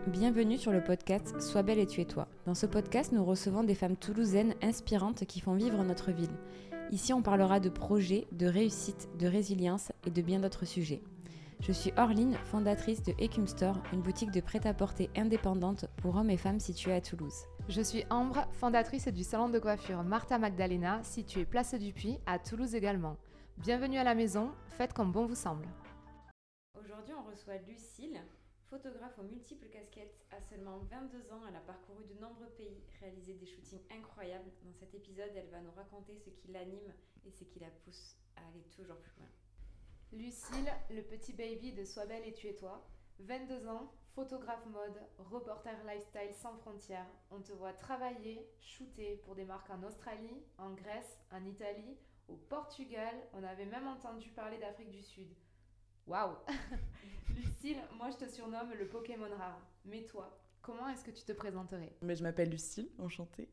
bienvenue sur le podcast Sois belle et tu es toi. Dans ce podcast, nous recevons des femmes toulousaines inspirantes qui font vivre notre ville. Ici, on parlera de projets, de réussite, de résilience et de bien d'autres sujets. Je suis Orline, fondatrice de Ecum Store, une boutique de prêt-à-porter indépendante pour hommes et femmes située à Toulouse. Je suis Ambre, fondatrice du salon de coiffure Martha Magdalena, situé place du Puy, à Toulouse également. Bienvenue à la maison, faites comme bon vous semble. Aujourd'hui, on reçoit Lucille, photographe aux multiples casquettes. À seulement 22 ans, elle a parcouru de nombreux pays, réalisé des shootings incroyables. Dans cet épisode, elle va nous raconter ce qui l'anime et ce qui la pousse à aller toujours plus loin. Lucille, le petit baby de Sois belle et tu es toi. 22 ans, photographe mode, reporter lifestyle sans frontières. On te voit travailler, shooter pour des marques en Australie, en Grèce, en Italie, au Portugal. On avait même entendu parler d'Afrique du Sud. Waouh. Lucille, moi je te surnomme le Pokémon rare. Mais toi, comment est-ce que tu te présenterais ? Mais je m'appelle Lucille, enchantée.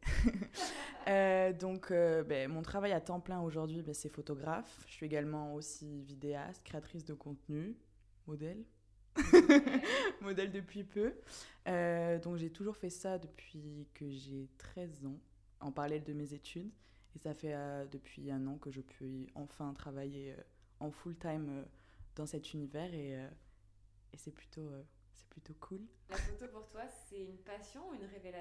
Mon travail à temps plein aujourd'hui, c'est photographe. Je suis également aussi vidéaste, créatrice de contenu, modèle. Modèle depuis peu. Donc j'ai toujours fait ça depuis que j'ai 13 ans, en parallèle de mes études. Et ça fait depuis un an que je peux enfin travailler en full-time dans cet univers et c'est plutôt cool. La photo pour toi, c'est une passion ou une révélation ?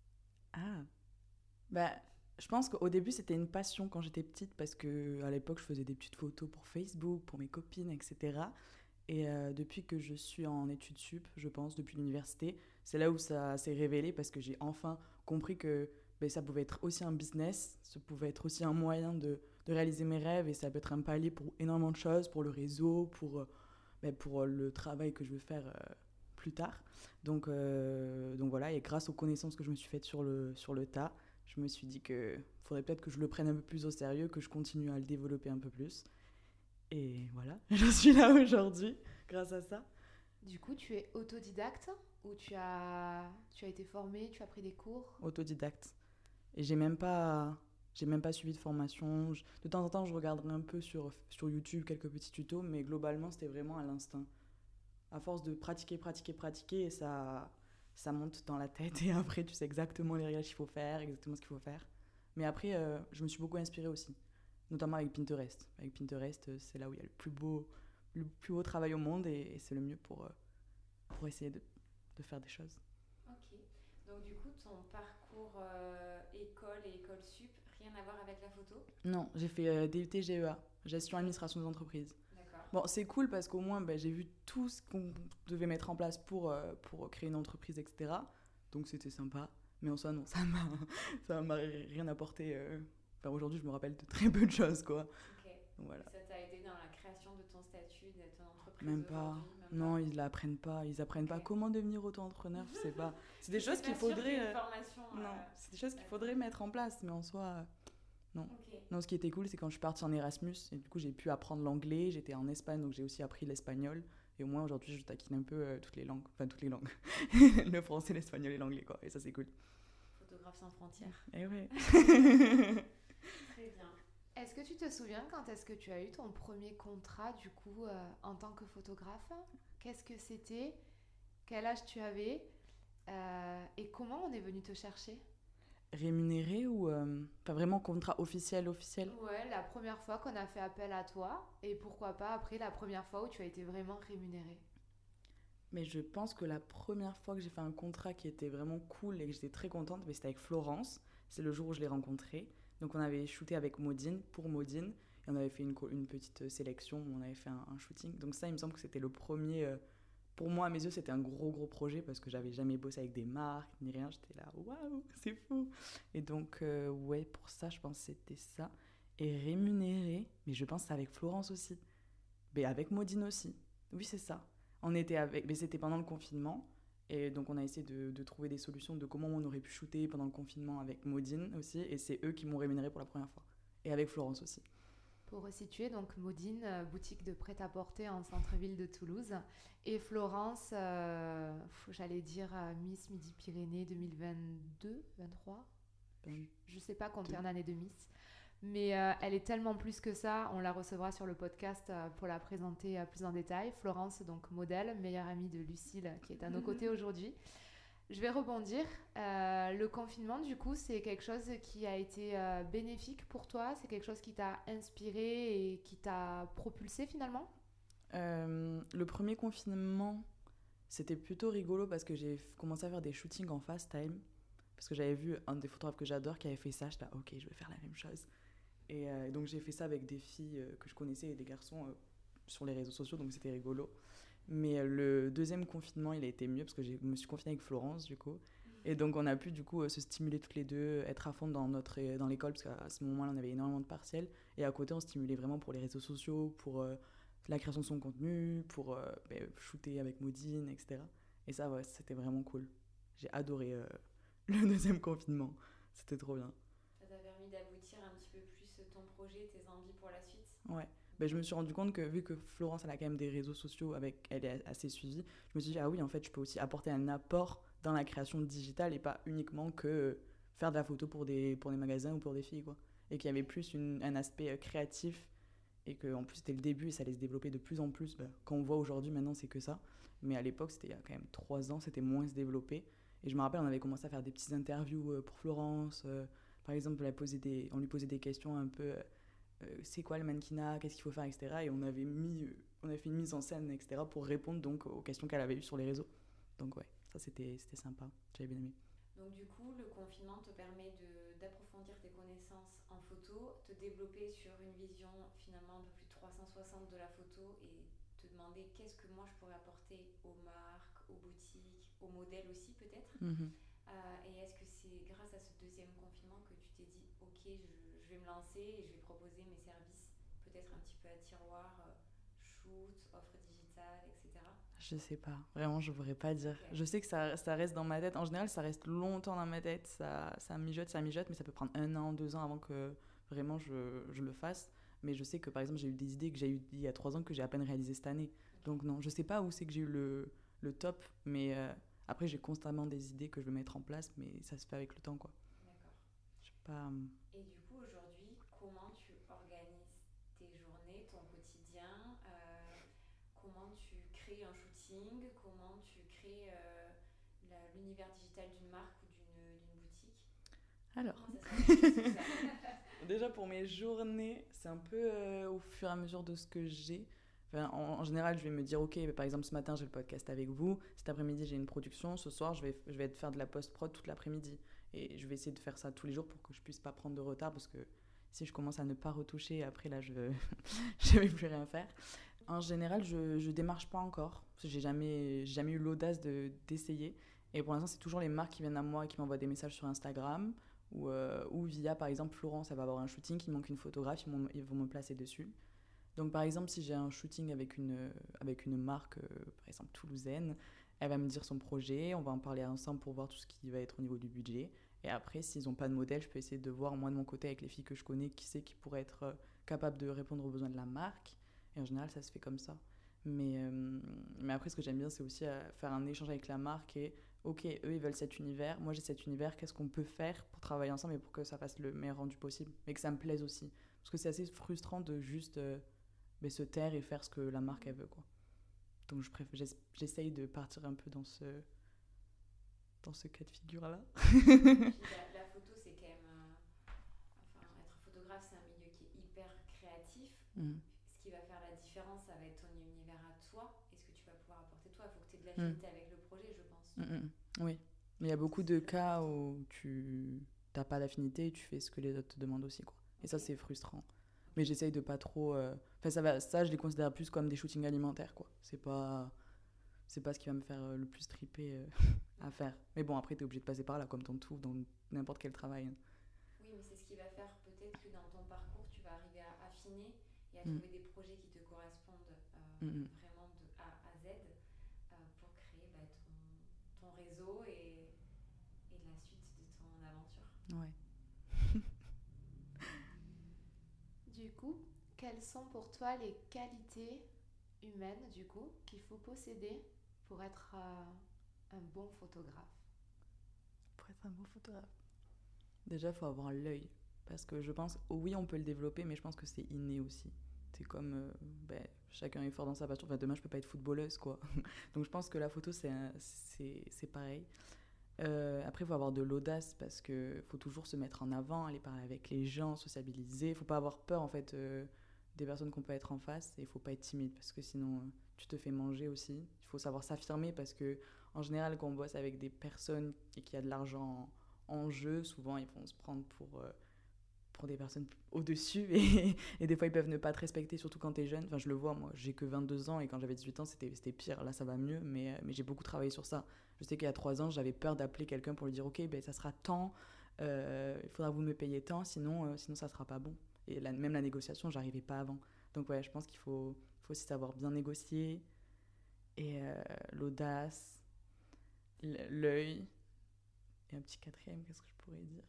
Je pense qu'au début c'était une passion quand j'étais petite parce qu'à l'époque je faisais des petites photos pour Facebook, pour mes copines, etc. Et depuis que je suis en études sup, je pense, depuis l'université, c'est là où ça s'est révélé parce que j'ai enfin compris que ça pouvait être aussi un business, ça pouvait être aussi un moyen de réaliser mes rêves et ça peut être un palier pour énormément de choses, pour le réseau, pour le travail que je veux faire plus tard. Donc voilà, et grâce aux connaissances que je me suis faites sur le tas, je me suis dit qu'il faudrait peut-être que je le prenne un peu plus au sérieux, que je continue à le développer un peu plus. Et voilà, je suis là aujourd'hui grâce à ça. Du coup, tu es autodidacte ou tu as été formée, tu as pris des cours ? Autodidacte. Et j'ai même pas suivi de formation. De temps en temps, je regarderai un peu sur YouTube quelques petits tutos, mais globalement, c'était vraiment à l'instinct. À force de pratiquer, et ça monte dans la tête. Et après, tu sais exactement les réglages qu'il faut faire, exactement ce qu'il faut faire. Mais après, je me suis beaucoup inspirée aussi, notamment avec Pinterest. Avec Pinterest, c'est là où il y a le plus beau travail au monde et c'est le mieux pour essayer de faire des choses. Ok. Donc du coup, ton parcours école et école sup, rien à voir avec la photo ? Non, j'ai fait DUT GEA, gestion administration des entreprises. D'accord. Bon, c'est cool parce qu'au moins, j'ai vu tout ce qu'on devait mettre en place pour créer une entreprise, etc. Donc c'était sympa. Mais en soi, non, ça m'a rien apporté. Aujourd'hui, je me rappelle de très peu de choses, quoi. Ok. Donc, voilà. Ça t'a aidé dans la création de ton statut, de ton entreprise Même pas. Non, ils l'apprennent pas. Ils apprennent pas comment devenir auto-entrepreneur, je sais pas. C'est des choses qu'il faudrait... Non, c'est des choses qu'il faudrait mettre en place, mais en soi... Non. Okay. Non, ce qui était cool, c'est quand je suis partie en Erasmus, et du coup, j'ai pu apprendre l'anglais. J'étais en Espagne, donc j'ai aussi appris l'espagnol. Et au moins, aujourd'hui, je taquine un peu toutes les langues. Enfin, toutes les langues. Le français, l'espagnol et l'anglais, quoi. Et ça, c'est cool. Photographe sans frontières. Eh ouais. Très bien. Est-ce que tu te souviens quand est-ce que tu as eu ton premier contrat, du coup, en tant que photographe ? Qu'est-ce que c'était ? Quel âge tu avais ? Et comment on est venu te chercher ? Rémunéré ou pas vraiment contrat officiel ? Ouais, la première fois qu'on a fait appel à toi et pourquoi pas après la première fois où tu as été vraiment rémunéré. Mais je pense que la première fois que j'ai fait un contrat qui était vraiment cool et que j'étais très contente, c'était avec Florence. C'est le jour où je l'ai rencontrée. Donc on avait shooté avec Maudine, pour Maudine, et on avait fait une petite sélection où on avait fait un shooting. Donc ça, il me semble que c'était le premier... Pour moi, à mes yeux, c'était un gros projet parce que j'avais jamais bossé avec des marques ni rien. J'étais là, waouh, c'est fou. Et donc, ouais, pour ça, je pense que c'était ça. Et rémunéré, mais je pense que c'est avec Florence aussi. Mais avec Maudine aussi. Oui, c'est ça. On était avec, mais c'était pendant le confinement. Et donc, on a essayé de trouver des solutions de comment on aurait pu shooter pendant le confinement avec Maudine aussi. Et c'est eux qui m'ont rémunéré pour la première fois. Et avec Florence aussi. Pour resituer, donc Maudine, boutique de prêt-à-porter en centre-ville de Toulouse. Et Florence, j'allais dire Miss Midi-Pyrénées 2022, 23. Je ne sais pas compter en année de Miss. Mais elle est tellement plus que ça. On la recevra sur le podcast pour la présenter plus en détail. Florence, donc modèle, meilleure amie de Lucille, qui est à nos côtés aujourd'hui. Je vais rebondir. Le confinement, du coup, c'est quelque chose qui a été bénéfique pour toi? C'est quelque chose qui t'a inspiré et qui t'a propulsé finalement? Le premier confinement, c'était plutôt rigolo parce que j'ai commencé à faire des shootings en fast time. Parce que j'avais vu un des photographes que j'adore qui avait fait ça. J'étais là, ok, je vais faire la même chose. Et donc j'ai fait ça avec des filles que je connaissais et des garçons sur les réseaux sociaux, donc c'était rigolo. Mais le deuxième confinement, il a été mieux parce que je me suis confinée avec Florence, du coup. Et donc on a pu du coup se stimuler toutes les deux, être à fond dans l'école, parce qu'à ce moment-là, on avait énormément de partiels. Et à côté, on stimulait vraiment pour les réseaux sociaux, pour la création de son contenu, pour shooter avec Modine, etc. Et ça, ouais, c'était vraiment cool. J'ai adoré le deuxième confinement. C'était trop bien. Ça t'a permis d'aboutir un petit peu plus ton projet, tes envies pour la suite? Ouais. Ben, je me suis rendu compte que vu que Florence elle a quand même des réseaux sociaux, elle est assez suivie, je me suis dit ah oui en fait je peux aussi apporter un apport dans la création digitale et pas uniquement que faire de la photo pour des magasins ou pour des filles quoi. Et qu'il y avait plus un aspect créatif et qu'en plus c'était le début et ça allait se développer de plus en plus. Ben, quand on voit aujourd'hui maintenant c'est que ça, mais à l'époque c'était il y a quand même 3 ans, c'était moins se développer. Et je me rappelle on avait commencé à faire des petites interviews pour Florence, par exemple on lui posait des questions un peu c'est quoi le mannequinat, qu'est-ce qu'il faut faire, etc. Et on avait fait une mise en scène, etc. pour répondre donc aux questions qu'elle avait eues sur les réseaux. Donc ouais, ça c'était sympa, j'avais bien aimé. Donc du coup, le confinement te permet d'approfondir tes connaissances en photo, te développer sur une vision finalement un peu plus 360 de la photo et te demander qu'est-ce que moi je pourrais apporter aux marques, aux boutiques, aux modèles aussi peut-être. Et est-ce que c'est grâce à ce deuxième confinement que tu t'es dit ok, je vais me lancer et je vais proposer mes services peut-être un petit peu à tiroir, shoot, offre digitale, etc. Je sais pas, vraiment je pourrais pas dire. Okay. Je sais que ça reste dans ma tête, en général ça reste longtemps dans ma tête, ça mijote, mais ça peut prendre 1 an, 2 ans avant que vraiment je le fasse. Mais je sais que par exemple j'ai eu des idées que j'ai eues il y a 3 ans que j'ai à peine réalisées cette année. Okay. Donc non, je sais pas où c'est que j'ai eu le top, mais après j'ai constamment des idées que je veux mettre en place, mais ça se fait avec le temps quoi. D'accord. Je sais pas... Et du coup aujourd'hui, comment tu organises tes journées, ton quotidien, comment tu crées un shooting, comment tu crées l'univers digital d'une marque ou d'une boutique? Alors, déjà pour mes journées, c'est un peu au fur et à mesure de ce que j'ai. Enfin, en général, je vais me dire, ok, par exemple ce matin j'ai le podcast avec vous, cet après-midi j'ai une production, ce soir je vais faire de la post-prod toute l'après-midi. Et je vais essayer de faire ça tous les jours pour que je puisse pas prendre de retard parce que si je commence à ne pas retoucher, après là je vais plus rien faire. En général, je démarche pas encore parce que j'ai jamais eu l'audace d'essayer. Et pour l'instant, c'est toujours les marques qui viennent à moi et qui m'envoient des messages sur Instagram ou via, par exemple, Florence, elle va avoir un shooting, il manque une photographe, ils vont me placer dessus. Donc, par exemple, si j'ai un shooting avec une marque, par exemple, toulousaine, elle va me dire son projet, on va en parler ensemble pour voir tout ce qui va être au niveau du budget. Et après, s'ils n'ont pas de modèle, je peux essayer de voir, moi, de mon côté, avec les filles que je connais, qui c'est qui pourrait être capable de répondre aux besoins de la marque. Et en général, ça se fait comme ça. Mais après, ce que j'aime bien, c'est aussi faire un échange avec la marque et ok, eux, ils veulent cet univers, moi, j'ai cet univers, qu'est-ce qu'on peut faire pour travailler ensemble et pour que ça fasse le meilleur rendu possible, mais que ça me plaise aussi. Parce que c'est assez frustrant de juste se taire et faire ce que la marque, elle veut, quoi. Donc, j'essaye de partir un peu dans ce cas de figure-là. La photo, c'est quand même... être photographe, c'est un milieu qui est hyper créatif. Ce qui va faire la différence, ça va être ton univers à toi et ce que tu vas pouvoir apporter toi. Il faut que tu aies de l'affinité avec le projet, je pense. Oui, mais il y a beaucoup de cas où tu n'as pas d'affinité et tu fais ce que les autres te demandent aussi, quoi. Et ça, c'est frustrant. Mais j'essaye de pas trop... ça, je les considère plus comme des shootings alimentaires, quoi. C'est pas ce qui va me faire le plus triper à faire. Mais bon, après, t'es obligé de passer par là, comme dans tout, dans n'importe quel travail. Oui, mais c'est ce qui va faire peut-être que dans ton parcours, tu vas arriver à affiner et à trouver des projets qui te correspondent vraiment de A à Z pour créer ton réseau et la suite de ton aventure. Ouais. Du coup, quelles sont pour toi les qualités humaines du coup qu'il faut posséder pour être un bon photographe? Pour être un bon photographe, déjà, il faut avoir l'œil. Parce que je pense, oui, on peut le développer, mais je pense que c'est inné aussi. C'est comme chacun est fort dans sa passion. Enfin, demain, je peux pas être footballeuse, quoi. Donc, je pense que la photo, c'est pareil. Après, il faut avoir de l'audace parce qu'il faut toujours se mettre en avant, aller parler avec les gens, sociabiliser. Il ne faut pas avoir peur, en fait, des personnes qu'on peut être en face. Et il ne faut pas être timide parce que sinon, tu te fais manger aussi. Il faut savoir s'affirmer parce que, en général, quand on bosse avec des personnes et qu'il y a de l'argent en jeu, souvent, ils vont se prendre pour des personnes au-dessus et des fois ils peuvent ne pas te respecter, surtout quand t'es jeune. Enfin, je le vois, moi j'ai que 22 ans et quand j'avais 18 ans c'était pire. Là ça va mieux, mais j'ai beaucoup travaillé sur ça. Je sais qu'il y a 3 ans j'avais peur d'appeler quelqu'un pour lui dire ok ben ça sera tant, il faudra que vous me payiez tant, sinon ça sera pas bon. Et même la négociation j'arrivais pas avant. Donc ouais, je pense qu'il faut aussi savoir bien négocier et l'audace, l'œil et un petit quatrième, qu'est-ce que je pourrais dire?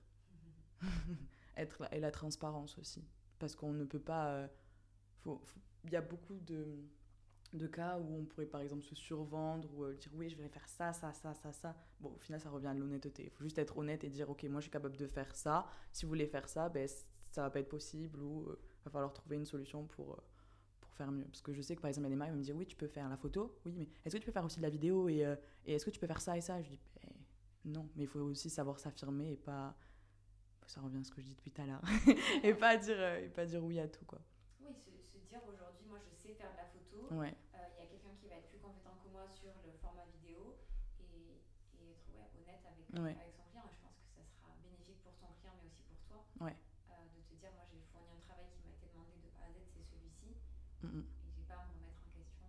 Et la transparence aussi. Parce qu'on ne peut pas. Il y a beaucoup de cas où on pourrait par exemple se survendre ou dire oui, je vais faire ça, ça, ça, ça, ça. Bon, au final, ça revient à l'honnêteté. Il faut juste être honnête et dire ok, moi je suis capable de faire ça. Si vous voulez faire ça, ben, ça va pas être possible ou va falloir trouver une solution pour faire mieux. Parce que je sais que par exemple, il y a des marques qui me disent oui, tu peux faire la photo, oui, mais est-ce que tu peux faire aussi de la vidéo et est-ce que tu peux faire ça et ça? Et je dis ben, non, mais il faut aussi savoir s'affirmer et pas. Ça revient à ce que je dis depuis tout à l'heure. et pas dire oui à tout, quoi. Oui, se dire aujourd'hui, moi je sais faire de la photo. Ouais. Il y a quelqu'un qui va être plus compétent que moi sur le format vidéo et être honnête Ouais. avec son client. Et je pense que ça sera bénéfique pour ton client, mais aussi pour toi. Ouais. De te dire, moi j'ai fourni un travail qui m'a été demandé de A à Z, c'est celui-ci. Mm-mm. Et j'ai pas à me remettre en question.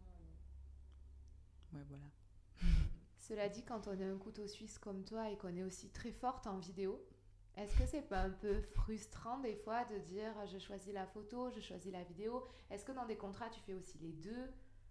Ouais, voilà. Cela dit, quand on est un couteau suisse comme toi et qu'on est aussi très forte en vidéo, est-ce que c'est pas un peu frustrant des fois de dire je choisis la photo, je choisis la vidéo? Est-ce que dans des contrats tu fais aussi les deux?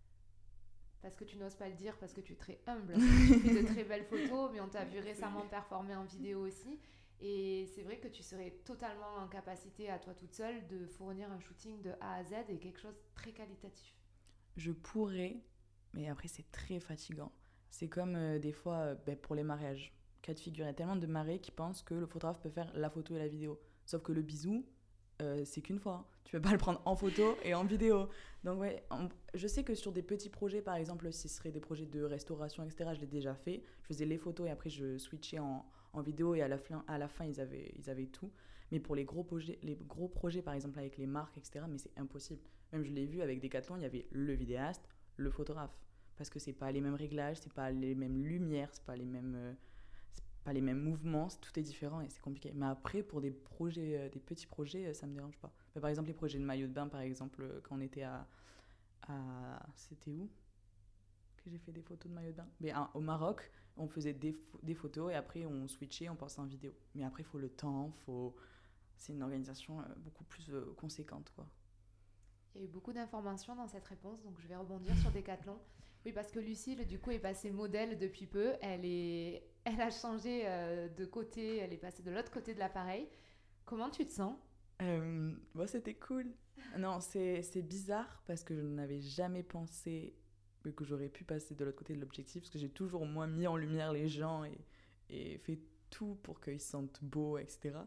Parce que tu n'oses pas le dire, parce que tu es très humble. Tu fais de très belles photos, mais on t'a vu récemment performer en vidéo aussi. Et c'est vrai que tu serais totalement en capacité à toi toute seule de fournir un shooting de A à Z et quelque chose de très qualitatif. Je pourrais, mais après, c'est très fatigant. C'est comme des fois pour les mariages. Cas de figure, il y a tellement de mariés qui pensent que le photographe peut faire la photo et la vidéo. Sauf que le bisou, c'est qu'une fois. Tu peux pas le prendre en photo et en vidéo. Donc ouais, je sais que sur des petits projets, par exemple, si ce serait des projets de restauration, etc., je l'ai déjà fait. Je faisais les photos et après je switchais en vidéo et à la fin ils avaient tout. Mais pour les gros projets, par exemple avec les marques, etc., mais c'est impossible. Même je l'ai vu avec Decathlon, il y avait le vidéaste, le photographe. Parce que c'est pas les mêmes réglages, c'est pas les mêmes lumières, c'est pas les mêmes mouvements, tout est différent et c'est compliqué. Mais après, pour des projets, des petits projets, ça me dérange pas. Mais par exemple, les projets de maillot de bain, par exemple, quand on était c'était où que j'ai fait des photos de maillot de bain? Mais au Maroc, on faisait des photos et après on switchait, on passait en vidéo. Mais après, il faut le temps, c'est une organisation beaucoup plus conséquente, quoi. Il y a eu beaucoup d'informations dans cette réponse, donc je vais rebondir sur Decathlon. Oui, parce que Lucille, du coup, est passée modèle depuis peu. Elle a changé de côté, elle est passée de l'autre côté de l'appareil. Comment tu te sens? Bon, c'était cool. Non, c'est bizarre parce que je n'avais jamais pensé que j'aurais pu passer de l'autre côté de l'objectif parce que j'ai toujours, moi, mis en lumière les gens et fait tout pour qu'ils se sentent beaux, etc.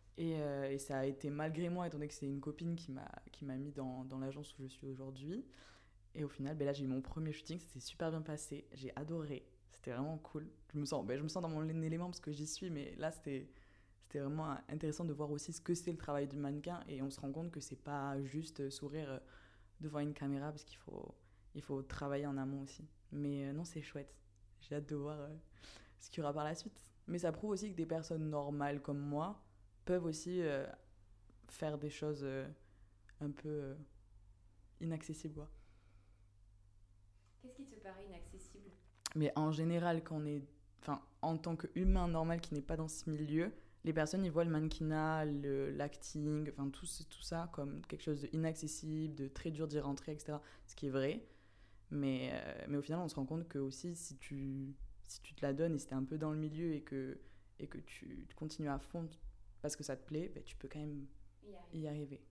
Et ça a été malgré moi, étant donné que c'est une copine qui m'a mis dans l'agence où je suis aujourd'hui. Et au final, là, j'ai eu mon premier shooting, ça s'est super bien passé. J'ai adoré, c'était vraiment cool. Je me sens dans mon élément parce que j'y suis, mais là, c'était vraiment intéressant de voir aussi ce que c'est le travail du mannequin. Et on se rend compte que c'est pas juste sourire devant une caméra parce il faut travailler en amont aussi. Mais non, c'est chouette. J'ai hâte de voir ce qu'il y aura par la suite. Mais ça prouve aussi que des personnes normales comme moi peuvent aussi faire des choses un peu inaccessibles, quoi. Qu'est-ce qui te paraît inaccessible? Mais en général, en tant qu'humain normal qui n'est pas dans ce milieu, les personnes, ils voient le mannequinat, l'acting, enfin tout ça comme quelque chose d'inaccessible, de très dur d'y rentrer, etc. Ce qui est vrai. Mais au final, on se rend compte que aussi, si tu te la donnes et si t'es un peu dans le milieu et que tu continues à fond parce que ça te plaît, tu peux quand même y arriver.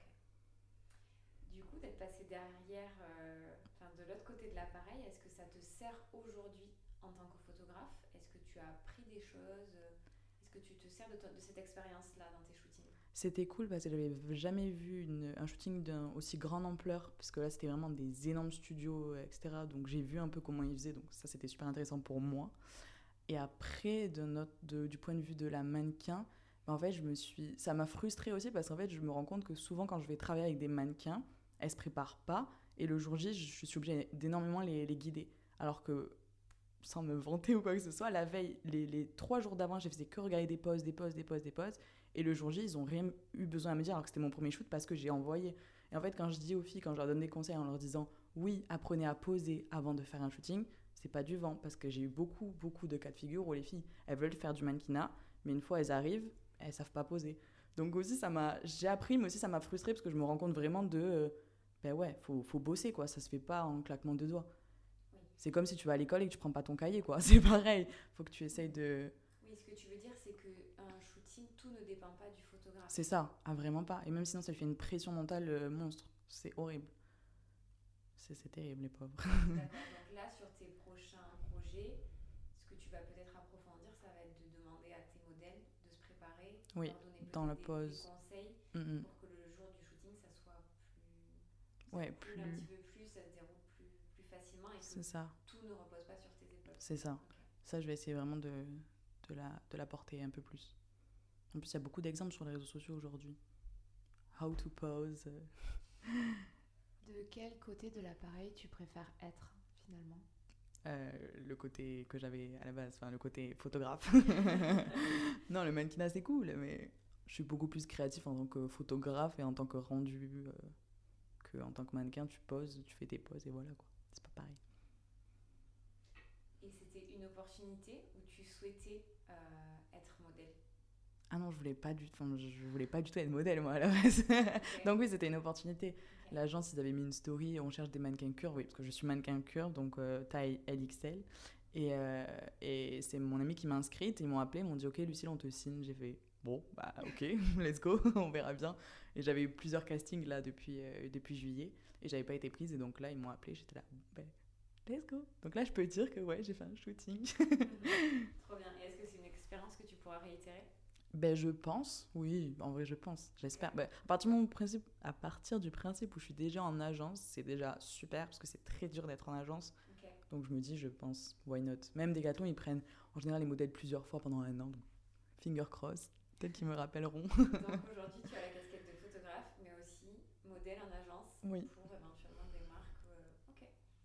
Okay. Du coup, d'être passé derrière, de l'autre côté de l'appareil, est-ce que ça te sert aujourd'hui en tant que photographe? Est-ce que tu as appris des choses? Est-ce que tu te sers de cette expérience-là dans tes shootings? C'était cool parce que j'avais jamais vu un shooting d'une aussi grande ampleur, parce que là c'était vraiment des énormes studios, etc. Donc j'ai vu un peu comment ils faisaient, donc ça c'était super intéressant pour moi. Et après, du point de vue de la mannequin, ben, en fait ça m'a frustrée aussi parce qu'en fait je me rends compte que souvent quand je vais travailler avec des mannequins, elles se préparent pas et le jour J je suis obligée d'énormément les guider. Alors que sans me vanter ou quoi que ce soit, la veille, les 3 jours d'avant, je faisais que regarder des poses, des poses, des poses, des poses. Et le jour J, ils n'ont rien eu besoin à me dire, alors que c'était mon premier shoot parce que j'ai envoyé. Et en fait, quand je dis aux filles, quand je leur donne des conseils en leur disant oui, apprenez à poser avant de faire un shooting, c'est pas du vent. Parce que j'ai eu beaucoup, beaucoup de cas de figure où les filles, elles veulent faire du mannequinat, mais une fois elles arrivent, elles savent pas poser. Donc aussi, j'ai appris, mais aussi ça m'a frustrée parce que je me rends compte vraiment ben ouais, faut bosser quoi, ça se fait pas en claquement de doigts. C'est comme si tu vas à l'école et que tu prends pas ton cahier, quoi. C'est pareil. Faut que tu essayes de... Oui, ce que tu veux dire, c'est qu'un shooting, tout ne dépend pas du photographe. C'est ça, vraiment pas. Et même sinon, ça lui fait une pression mentale monstre. C'est horrible. C'est terrible, les pauvres. D'accord, donc là, sur tes prochains projets, ce que tu vas peut-être approfondir, ça va être de demander à tes modèles de se préparer, oui, leur donner dans la des pause. conseils pour que le jour du shooting, ça soit plus... Ouais, un petit peu plus, ça se déroule plus facilement et que tout ne repose pas sur tes épaules. C'est ça. Okay. Ça, je vais essayer vraiment de la porter un peu plus. En plus, il y a beaucoup d'exemples sur les réseaux sociaux aujourd'hui. How to pose. De quel côté de l'appareil tu préfères être, finalement ? Le côté que j'avais à la base, enfin le côté photographe. Non, le mannequinat, c'est cool, mais je suis beaucoup plus créatif en tant que photographe et en tant que rendu qu'en tant que mannequin, tu poses, tu fais tes poses et voilà, quoi. C'est pas pareil. Et c'était une opportunité où tu souhaitais être modèle ? Ah non, je voulais pas du tout être modèle, moi, à la base. Okay. Donc oui, c'était une opportunité. Okay. L'agence, ils avaient mis une story, on cherche des mannequins curves, oui, parce que je suis mannequin curve, donc taille LXL. Et c'est mon ami qui m'a inscrite, ils m'ont appelé, ils m'ont dit « Ok, Lucille, on te signe ». J'ai fait « Bon, bah ok, let's go, on verra bien ». Et j'avais eu plusieurs castings là depuis juillet, et j'avais pas été prise, et donc là, ils m'ont appelé, j'étais là « Let's go ». Donc là, je peux dire que ouais, j'ai fait un shooting. Trop bien. Et est-ce que c'est une expérience que tu pourras réitérer ? Ben, je pense, oui, en vrai je pense, j'espère. Ben, à partir du principe où je suis déjà en agence, c'est déjà super parce que c'est très dur d'être en agence. Okay. Donc je me dis, je pense, why not. Même Decathlon, ils prennent en général les modèles plusieurs fois pendant un an. Donc, finger cross, peut-être qu'ils me rappelleront. Donc aujourd'hui, tu as la casquette de photographe, mais aussi modèle en agence pour éventuellement des marques. Ok.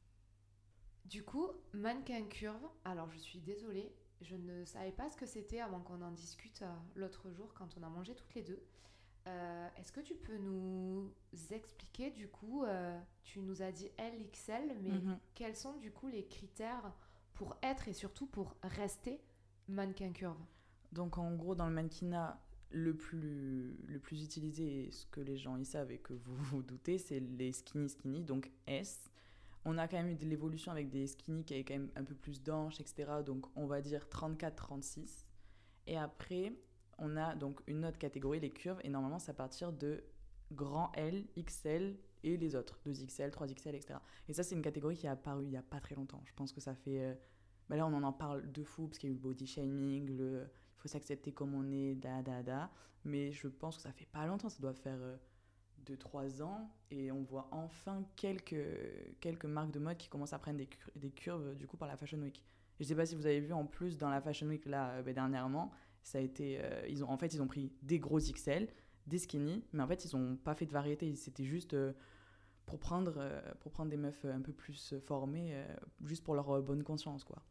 Du coup, mannequin curve, alors je suis désolée. Je ne savais pas ce que c'était avant qu'on en discute l'autre jour quand on a mangé toutes les deux. Est-ce que tu peux nous expliquer du coup, tu nous as dit LXL, mais quels sont du coup les critères pour être et surtout pour rester mannequin curve ? Donc en gros dans le mannequinat, le plus utilisé, et ce que les gens y savent et que vous vous doutez, c'est les skinny, donc S. On a quand même eu de l'évolution avec des skinny qui avaient quand même un peu plus d'hanches, etc. Donc, on va dire 34-36. Et après, on a donc une autre catégorie, les curves. Et normalement, c'est à partir de grand L, XL et les autres. 2XL, 3XL, etc. Et ça, c'est une catégorie qui est apparue il n'y a pas très longtemps. Je pense que ça fait... là, on en parle de fou parce qu'il y a eu le body shaming, il faut s'accepter comme on est, Mais je pense que ça fait pas longtemps. Ça doit faire... 2-3 ans et on voit enfin quelques marques de mode qui commencent à prendre des curves du coup par la Fashion Week. Et je sais pas si vous avez vu en plus dans la Fashion Week là dernièrement, ça a été ils ont pris des gros XL, des skinny, mais en fait ils ont pas fait de variété, c'était juste pour prendre des meufs un peu plus formées juste pour leur bonne conscience quoi.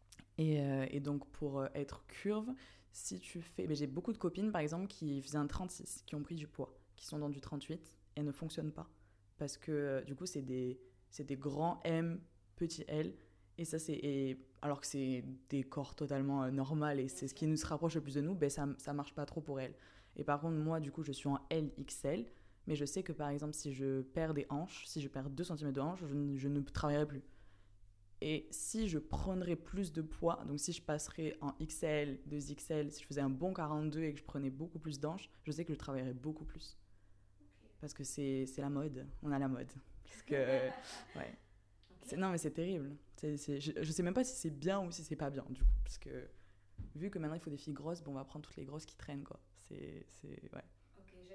Et donc pour être curve, si tu fais j'ai beaucoup de copines par exemple qui faisaient un 36 qui ont pris du poids, qui sont dans du 38 et ne fonctionnent pas. Parce que du coup, c'est des grands M, petits L. Et ça, alors que c'est des corps totalement normaux et c'est ce qui nous se rapproche le plus de nous, ça marche pas trop pour elles. Et par contre, moi, du coup, je suis en LXL. Mais je sais que par exemple, si je perds des hanches, si je perds 2 cm de hanches, je ne travaillerai plus. Et si je prendrais plus de poids, donc si je passerais en XL, 2XL, si je faisais un bon 42 et que je prenais beaucoup plus d'hanches, je sais que je travaillerais beaucoup plus. Parce que c'est la mode, on a la mode. Parce que, ouais. Okay. Non, mais c'est terrible. Je sais même pas si c'est bien ou si c'est pas bien, du coup. Parce que, vu que maintenant il faut des filles grosses, on va prendre toutes les grosses qui traînent, quoi. Ouais. Ok,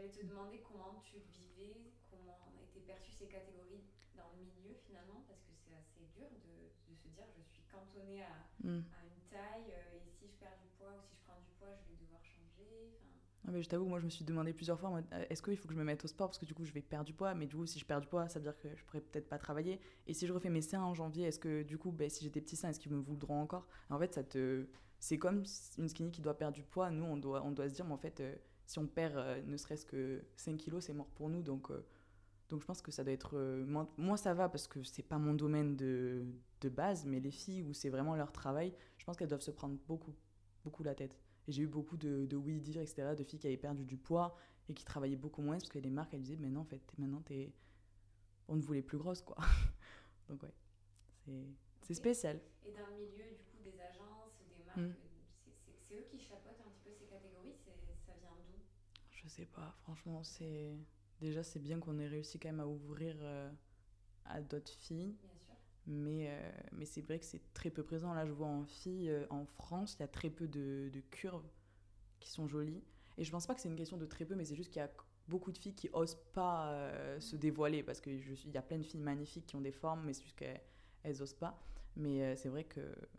j'allais te demander comment tu le vivais, comment étaient perçues ces catégories dans le milieu finalement, parce que c'est assez dur de se dire je suis cantonnée à une taille et si je perds du poids ou si je prends du poids, je vais devoir changer. Ah mais je t'avoue, moi je me suis demandé plusieurs fois, est-ce qu'il faut que je me mette au sport parce que du coup je vais perdre du poids, mais du coup si je perds du poids, ça veut dire que je pourrais peut-être pas travailler. Et si je refais mes seins en janvier, est-ce que du coup, si j'ai des petits seins, est-ce qu'ils me voudront encore? En fait, c'est comme une skinny qui doit perdre du poids. Nous, on doit se dire, mais en fait, si on perd ne serait-ce que 5 kilos, c'est mort pour nous. Donc je pense que ça doit être... moi, ça va parce que c'est pas mon domaine de base, mais les filles où c'est vraiment leur travail, je pense qu'elles doivent se prendre beaucoup, beaucoup la tête. Et j'ai eu beaucoup de oui-dire, etc., de filles qui avaient perdu du poids et qui travaillaient beaucoup moins parce que les marques, elles disaient, mais non, en fait, on ne voulait plus grosse, quoi. Donc ouais, c'est spécial. Et dans le milieu, du coup, des agences, des marques, c'est eux qui chapeautent un petit peu ces catégories, ça vient d'où? Je sais pas, franchement, déjà c'est bien qu'on ait réussi quand même à ouvrir à d'autres filles. Bien sûr. Mais c'est vrai que c'est très peu présent. Là, je vois en filles, en France, il y a très peu de curves qui sont jolies. Et je pense pas que c'est une question de très peu, mais c'est juste qu'il y a beaucoup de filles qui osent pas se dévoiler parce qu'il y a plein de filles magnifiques qui ont des formes, mais c'est juste qu'elles osent pas. Mais c'est vrai que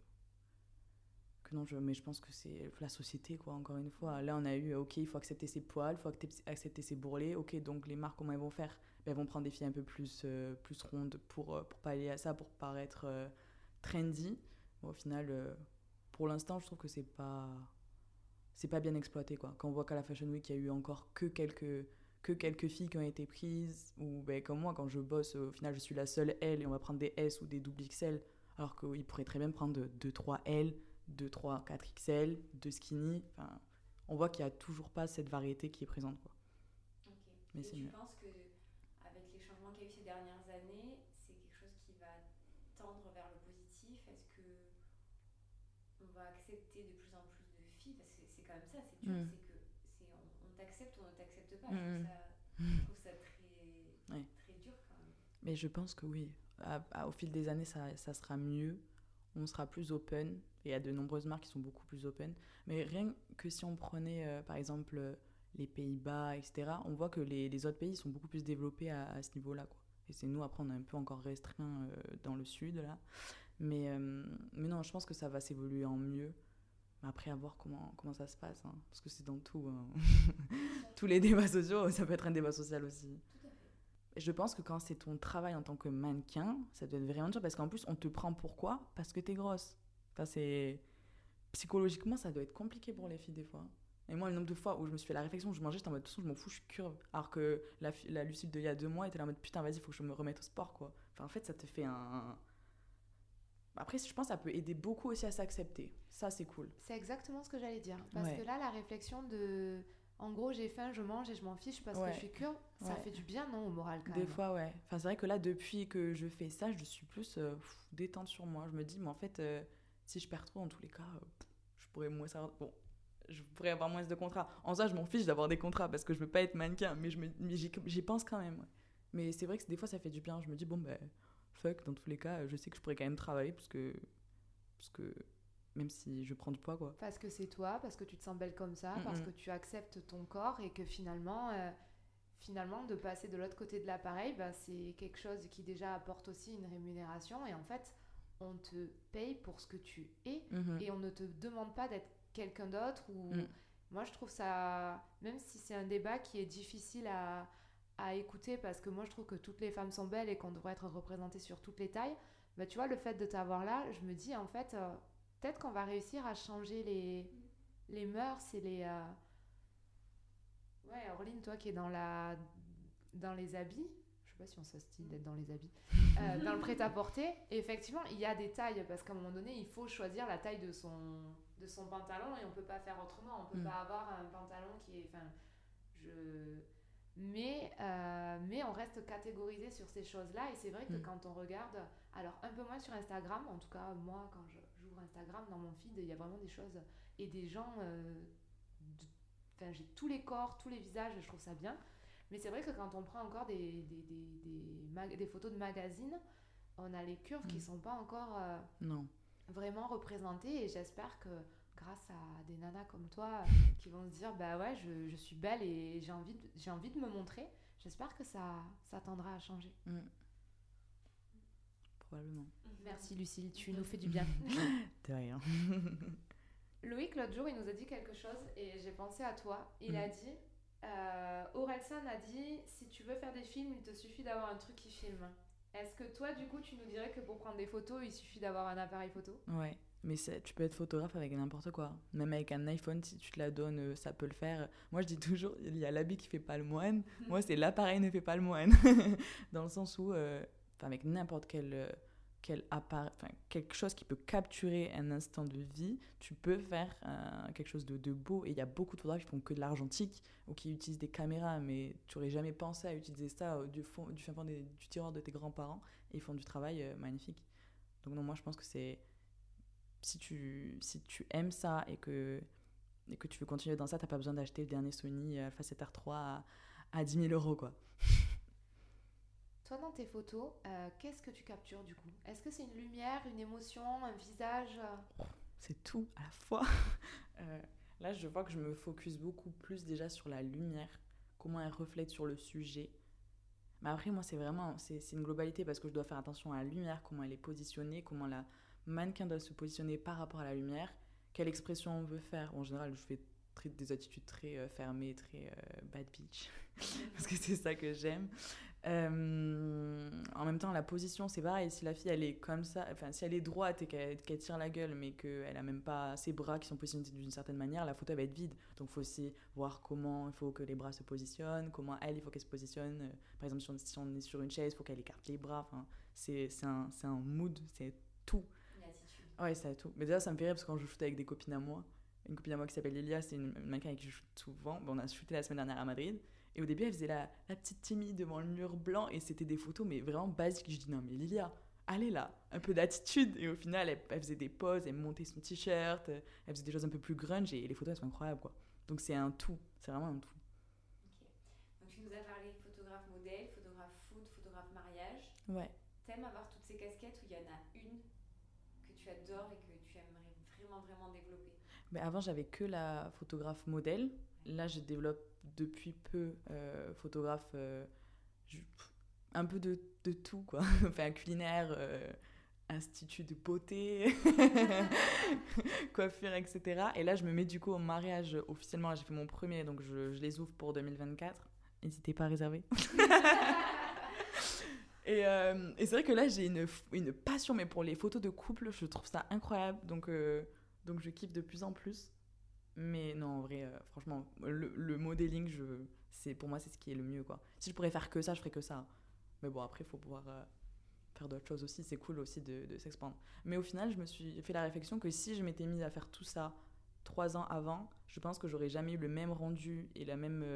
non, mais je pense que c'est la société, quoi, encore une fois. Là, on a eu, ok, il faut accepter ses poils, il faut accepter ses bourrelets. Ok, donc les marques, comment elles vont faire? Ben, elles vont prendre des filles un peu plus rondes pour pallier à ça, pour paraître trendy. Bon, au final, pour l'instant, je trouve que c'est pas bien exploité, quoi. Quand on voit qu'à la Fashion Week, il y a eu encore que quelques filles qui ont été prises, ou ben, comme moi, quand je bosse, au final, je suis la seule L et on va prendre des S ou des double XL, alors qu'ils pourraient très bien prendre 2-3 L, 2-3, 4 XL, 2 skinny. Enfin, on voit qu'il n'y a toujours pas cette variété qui est présente, quoi. Okay. Mais et c'est tu mieux. penses qu'avec les changements qu'il y a eu ces dernières années, c'est quelque chose qui va tendre vers le positif? Est-ce que on va accepter de plus en plus de filles? Parce que c'est quand même ça, c'est dur, c'est que on t'accepte ou on ne t'accepte pas. Je trouve ça très, très dur quand même. Mais je pense que oui. Au fil des années, ça sera mieux. On sera plus open. Et il y a de nombreuses marques qui sont beaucoup plus open. Mais rien que si on prenait, par exemple, les Pays-Bas, etc., on voit que les autres pays sont beaucoup plus développés à ce niveau-là, quoi. Et c'est nous, après, on est un peu encore restreints dans le sud, là. Mais non, je pense que ça va s'évoluer en mieux. Mais après, à voir comment ça se passe. Hein. Parce que c'est dans tout. Hein. Tous les débats sociaux, ça peut être un débat social aussi. Tout à fait. Je pense que quand c'est ton travail en tant que mannequin, ça doit être vraiment dur. Parce qu'en plus, on te prend pourquoi? Parce que t'es grosse. Enfin, psychologiquement, ça doit être compliqué pour les filles, des fois. Et moi, le nombre de fois où je me suis fait la réflexion, où je mangeais, j'étais en mode, de toute façon, je m'en fous, je suis curve. Alors que la Lucille d'il y a 2 mois était là en mode, putain, vas-y, faut que je me remette au sport, quoi. Enfin, en fait, ça te fait un... Après, je pense que ça peut aider beaucoup aussi à s'accepter. Ça, c'est cool. C'est exactement ce que j'allais dire. Parce que là, la réflexion de... En gros, j'ai faim, je mange et je m'en fiche parce que je suis curve, ça fait du bien, non, au moral, quand même. Des fois, ouais. Enfin, c'est vrai que là, depuis que je fais ça, je suis plus détente sur moi. Je me dis, mais en fait, si je perds trop, en tous les cas, je pourrais moins savoir... Bon, je pourrais avoir moins de contrats. En ça, je m'en fiche d'avoir des contrats parce que je veux pas être mannequin, mais j'y pense quand même. Ouais. Mais c'est vrai que des fois, ça fait du bien. Je me dis, bon, ben, fuck, dans tous les cas, je sais que je pourrais quand même travailler parce que même si je prends du poids, quoi. Parce que c'est toi, parce que tu te sens belle comme ça, parce que tu acceptes ton corps et que finalement, de passer de l'autre côté de l'appareil, bah, c'est quelque chose qui déjà apporte aussi une rémunération et en fait, on te paye pour ce que tu es et on ne te demande pas d'être quelqu'un d'autre ou... Moi, je trouve ça, même si c'est un débat qui est difficile à écouter parce que moi, je trouve que toutes les femmes sont belles et qu'on devrait être représentées sur toutes les tailles, bah, tu vois, le fait de t'avoir là, je me dis en fait... peut-être qu'on va réussir à changer les mœurs et les... Ouais, Orline, toi qui es dans les habits, je sais pas si on se style d'être dans les habits, dans le prêt-à-porter, et effectivement, il y a des tailles, parce qu'à un moment donné, il faut choisir la taille de son pantalon, et on peut pas faire autrement, on peut pas avoir un pantalon qui est... Mais on reste catégorisé sur ces choses-là, et c'est vrai que quand on regarde, alors un peu moins sur Instagram, en tout cas moi quand j'ouvre Instagram, dans mon feed, il y a vraiment des choses et des gens, j'ai tous les corps, tous les visages, je trouve ça bien, mais c'est vrai que quand on prend encore des photos de magazines, on a les curves qui sont pas encore non. vraiment représentées, et j'espère que grâce à des nanas comme toi qui vont se dire bah ouais, je suis belle et j'ai envie de me montrer. J'espère que ça tendra à changer. Probablement. Merci Lucille, tu nous fais du bien. De rien. Loïc, l'autre jour, il nous a dit quelque chose et j'ai pensé à toi. Il a dit, Orelsan a dit, si tu veux faire des films, il te suffit d'avoir un truc qui filme. Est-ce que toi, du coup, tu nous dirais que pour prendre des photos, il suffit d'avoir un appareil photo ? Ouais, mais tu peux être photographe avec n'importe quoi. Même avec un iPhone, si tu te la donnes, ça peut le faire. Moi, je dis toujours, il y a l'habit qui fait pas le moine. Moi, c'est l'appareil ne fait pas le moine. Dans le sens où, avec n'importe quel appareil, quelque chose qui peut capturer un instant de vie, tu peux faire quelque chose de beau. Et il y a beaucoup de photographes qui font que de l'argentique ou qui utilisent des caméras, mais tu n'aurais jamais pensé à utiliser ça du fin fond du tiroir de tes grands-parents. Et ils font du travail magnifique. Donc non, moi je pense que c'est si tu aimes ça et que tu veux continuer dans ça, t'as pas besoin d'acheter le dernier Sony Alpha 7R3 à 10 000 euros, quoi. Toi, dans tes photos, qu'est-ce que tu captures du coup ? Est-ce que c'est une lumière, une émotion, un visage ? C'est tout à la fois. Là, je vois que je me focus beaucoup plus déjà sur la lumière, comment elle reflète sur le sujet. Mais après, moi, c'est une globalité parce que je dois faire attention à la lumière, comment elle est positionnée, comment la mannequin doit se positionner par rapport à la lumière, quelle expression on veut faire. En général, je fais des attitudes très fermées, très bad bitch, parce que c'est ça que j'aime. En même temps, la position, c'est pareil. Si la fille, elle est comme ça, enfin, si elle est droite et qu'elle tire la gueule, mais qu'elle a même pas ses bras qui sont positionnés d'une certaine manière, la photo elle va être vide. Donc, il faut aussi voir comment il faut que les bras se positionnent, comment il faut qu'elle se positionne. Par exemple, si on est sur une chaise, il faut qu'elle écarte les bras. Enfin, c'est un mood, c'est tout. L'attitude. Ouais, c'est tout. Mais déjà, ça me fait rire parce que quand je shoot avec des copines à moi, une copine à moi qui s'appelle Lilia, c'est une mannequin avec qui je shoot souvent. On a shooté la semaine dernière à Madrid. Et au début, elle faisait la petite timide devant le mur blanc et c'était des photos, mais vraiment basiques. Je dis non, mais Lilia, allez là, un peu d'attitude. Et au final, elle faisait des poses, elle montait son t-shirt, elle faisait des choses un peu plus grunge et les photos, elles sont incroyables, quoi. Donc c'est un tout, c'est vraiment un tout. Ok. Donc tu nous as parlé photographe modèle, photographe food, photographe mariage. Ouais. T'aimes avoir toutes ces casquettes ou il y en a une que tu adores et que tu aimerais vraiment développer ? Mais avant, j'avais que la photographe modèle. Là, je développe depuis peu photographe, un peu de tout, quoi. Enfin, culinaire, institut de beauté, coiffure, etc. Et là, je me mets du coup au mariage officiellement. Là, j'ai fait mon premier, donc je les ouvre pour 2024. N'hésitez pas à réserver. Et c'est vrai que là, j'ai une passion, mais pour les photos de couple, je trouve ça incroyable. Donc je kiffe de plus en plus. Mais non, en vrai, franchement, le modeling, pour moi, c'est ce qui est le mieux, quoi. Si je pourrais faire que ça, je ferais que ça. Mais bon, après, il faut pouvoir faire d'autres choses aussi. C'est cool aussi de s'expandre. Mais au final, je me suis fait la réflexion que si je m'étais mise à faire tout ça 3 ans avant, je pense que j'aurais jamais eu le même rendu et la même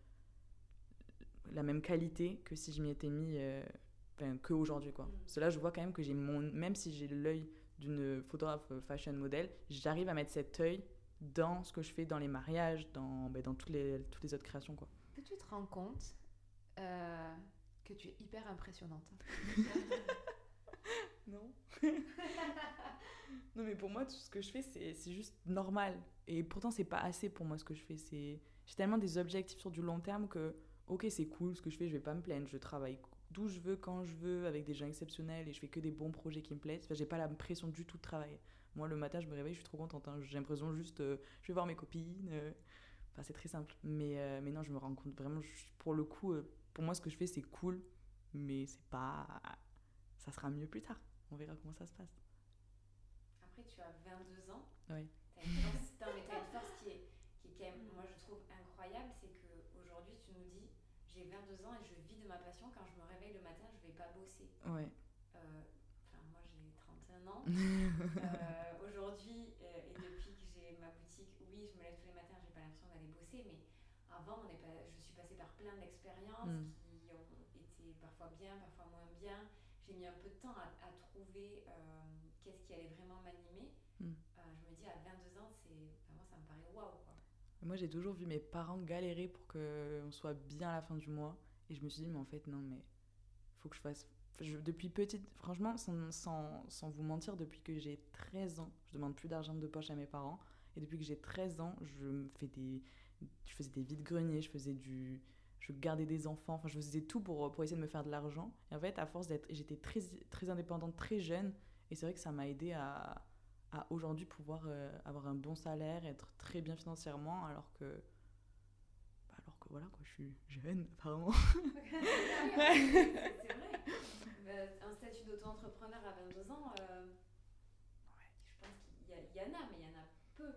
qualité que si je m'y étais mis qu'aujourd'hui, quoi. Parce que là, je vois quand même que même si j'ai l'œil d'une photographe fashion model, j'arrive à mettre cet œil dans ce que je fais dans les mariages, dans toutes les autres créations, quoi. Est-ce que tu te rends compte que tu es hyper impressionnante ? Non. Non, mais pour moi, tout ce que je fais, c'est juste normal. Et pourtant, c'est pas assez pour moi ce que je fais. J'ai tellement des objectifs sur du long terme que, ok, c'est cool ce que je fais, je vais pas me plaindre. Je travaille d'où je veux, quand je veux, avec des gens exceptionnels et je fais que des bons projets qui me plaisent. Enfin, j'ai pas la pression du tout de travailler. Moi, le matin, je me réveille, je suis trop contente. Hein. J'ai l'impression juste, je vais voir mes copines. Enfin, c'est très simple. Mais non, je me rends compte vraiment, pour le coup, pour moi, ce que je fais, c'est cool. Mais c'est pas... Ça sera mieux plus tard. On verra comment ça se passe. Après, tu as 22 ans. Oui. T'as une force, non, mais t'as une force qui est quand même, moi, je trouve incroyable. C'est qu'aujourd'hui, tu nous dis, j'ai 22 ans et je vis de ma passion. Quand je me réveille le matin, je vais pas bosser. Ouais. Moi, j'ai 31 ans. Aujourd'hui, et depuis que j'ai ma boutique, oui, je me lève tous les matins, j'ai pas l'impression d'aller bosser, mais avant, je suis passée par plein d'expériences qui ont été parfois bien, parfois moins bien. J'ai mis un peu de temps à trouver qu'est-ce qui allait vraiment m'animer. Je me dis, à 22 ans, moi, ça me paraît waouh, quoi. Moi, j'ai toujours vu mes parents galérer pour qu'on soit bien à la fin du mois. Et je me suis dit, mais en fait, non, mais faut que je fasse... depuis petite, franchement, sans vous mentir, depuis que j'ai 13 ans, je demande plus d'argent de poche à mes parents. Et depuis que j'ai 13 ans, je faisais des vides-greniers, je gardais des enfants, enfin je faisais tout pour essayer de me faire de l'argent. Et en fait, à force j'étais très, très indépendante, très jeune. Et c'est vrai que ça m'a aidée à aujourd'hui pouvoir avoir un bon salaire, être très bien financièrement, alors que voilà, quoi, je suis jeune, apparemment. C'est vrai. Un statut d'auto-entrepreneur à 22 ans, je pense qu'il y en a, mais il y en a peu.